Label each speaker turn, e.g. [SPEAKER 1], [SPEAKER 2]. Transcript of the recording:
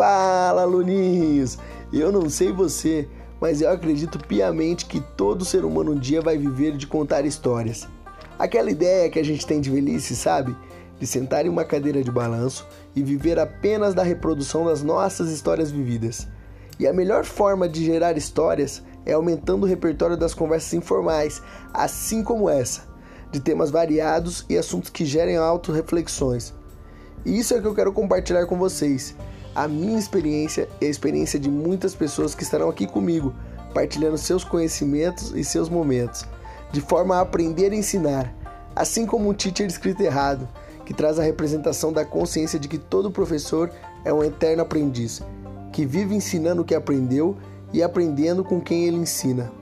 [SPEAKER 1] Fala, aluninhos! Eu não sei você, mas eu acredito piamente que todo ser humano um dia vai viver de contar histórias. Aquela ideia que a gente tem de velhice, sabe? De sentar em uma cadeira de balanço e viver apenas da reprodução das nossas histórias vividas. E a melhor forma de gerar histórias é aumentando o repertório das conversas informais, assim como essa, de temas variados e assuntos que gerem autorreflexões. E isso é que eu quero compartilhar com vocês. A minha experiência e a experiência de muitas pessoas que estarão aqui comigo, partilhando seus conhecimentos e seus momentos, de forma a aprender e ensinar, assim como um teacher escrito errado, que traz a representação da consciência de que todo professor é um eterno aprendiz, que vive ensinando o que aprendeu e aprendendo com quem ele ensina.